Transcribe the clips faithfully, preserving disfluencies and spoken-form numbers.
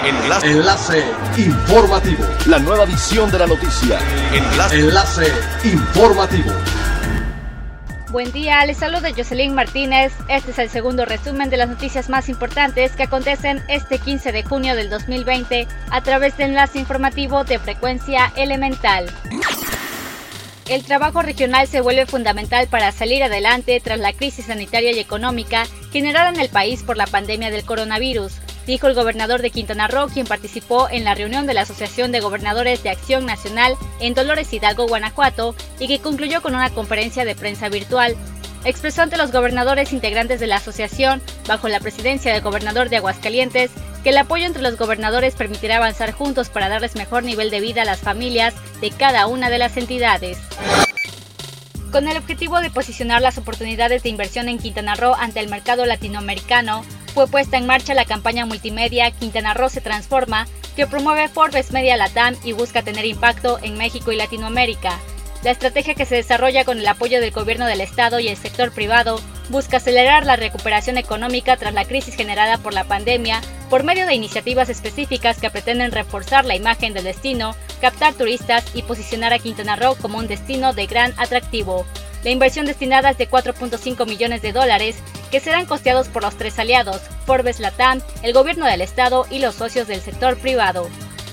Enlace. Enlace informativo. La nueva edición de la noticia. Enlace. Enlace informativo. Buen día, les saluda Jocelyn Martínez. Este es el segundo resumen de las noticias más importantes que acontecen este quince de junio del dos mil veinte a través de Enlace Informativo de Frecuencia Elemental. El trabajo regional se vuelve fundamental para salir adelante tras la crisis sanitaria y económica generada en el país por la pandemia del coronavirus, dijo el gobernador de Quintana Roo, quien participó en la reunión de la Asociación de Gobernadores de Acción Nacional en Dolores Hidalgo, Guanajuato, y que concluyó con una conferencia de prensa virtual. Expresó ante los gobernadores integrantes de la asociación, bajo la presidencia del gobernador de Aguascalientes, que el apoyo entre los gobernadores permitirá avanzar juntos para darles mejor nivel de vida a las familias de cada una de las entidades. Con el objetivo de posicionar las oportunidades de inversión en Quintana Roo ante el mercado latinoamericano, fue puesta en marcha la campaña multimedia Quintana Roo se transforma, que promueve Forbes Media Latam y busca tener impacto en México y Latinoamérica. La estrategia, que se desarrolla con el apoyo del gobierno del estado y el sector privado, busca acelerar la recuperación económica tras la crisis generada por la pandemia por medio de iniciativas específicas que pretenden reforzar la imagen del destino, captar turistas y posicionar a Quintana Roo como un destino de gran atractivo. La inversión destinada es de cuatro punto cinco millones de dólares, que serán costeados por los tres aliados, Forbes Latam, el gobierno del estado y los socios del sector privado.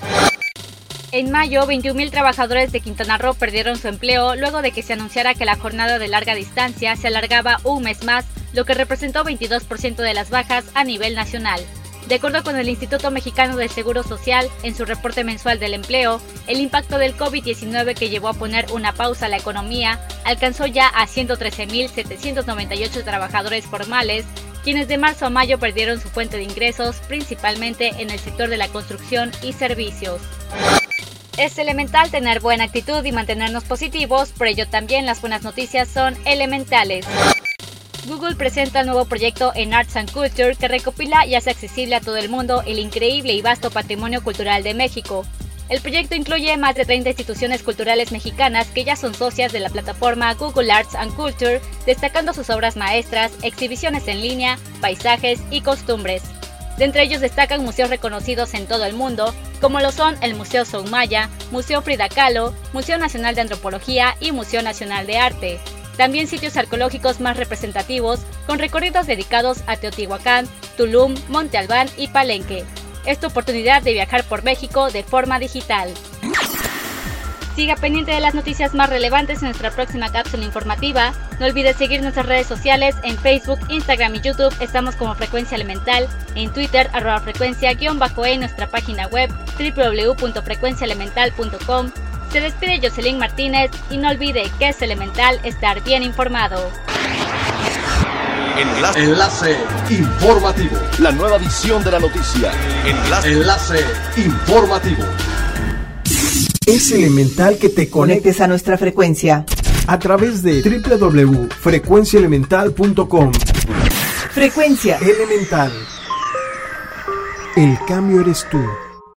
En mayo, veintiún mil trabajadores de Quintana Roo perdieron su empleo luego de que se anunciara que la jornada de larga distancia se alargaba un mes más, lo que representó veintidós por ciento de las bajas a nivel nacional. De acuerdo con el Instituto Mexicano del Seguro Social, en su reporte mensual del empleo, el impacto del COVID diecinueve, que llevó a poner una pausa a la economía, alcanzó ya a ciento trece mil setecientos noventa y ocho trabajadores formales, quienes de marzo a mayo perdieron su fuente de ingresos, principalmente en el sector de la construcción y servicios. Es elemental tener buena actitud y mantenernos positivos, por ello también las buenas noticias son elementales. Google presenta el nuevo proyecto en Arts and Culture, que recopila y hace accesible a todo el mundo el increíble y vasto patrimonio cultural de México. El proyecto incluye más de treinta instituciones culturales mexicanas que ya son socias de la plataforma Google Arts and Culture, destacando sus obras maestras, exhibiciones en línea, paisajes y costumbres. De entre ellos destacan museos reconocidos en todo el mundo, como lo son el Museo Soumaya, Museo Frida Kahlo, Museo Nacional de Antropología y Museo Nacional de Arte. También sitios arqueológicos más representativos, con recorridos dedicados a Teotihuacán, Tulum, Monte Albán y Palenque. Es tu oportunidad de viajar por México de forma digital. Siga pendiente de las noticias más relevantes en nuestra próxima cápsula informativa. No olvides seguir nuestras redes sociales en Facebook, Instagram y YouTube. Estamos como Frecuencia Elemental, en Twitter, arroba frecuencia guión bajo e, en nuestra página web doble u doble u doble u punto frecuencia elemental punto com. Se despide Jocelyn Martínez y no olvide que es elemental estar bien informado. Enlace. Enlace informativo. La nueva edición de la noticia. Enlace. Enlace informativo. Es elemental que te conectes a nuestra frecuencia a través de doble u doble u doble u punto frecuencia elemental punto com. Frecuencia Elemental. El cambio eres tú.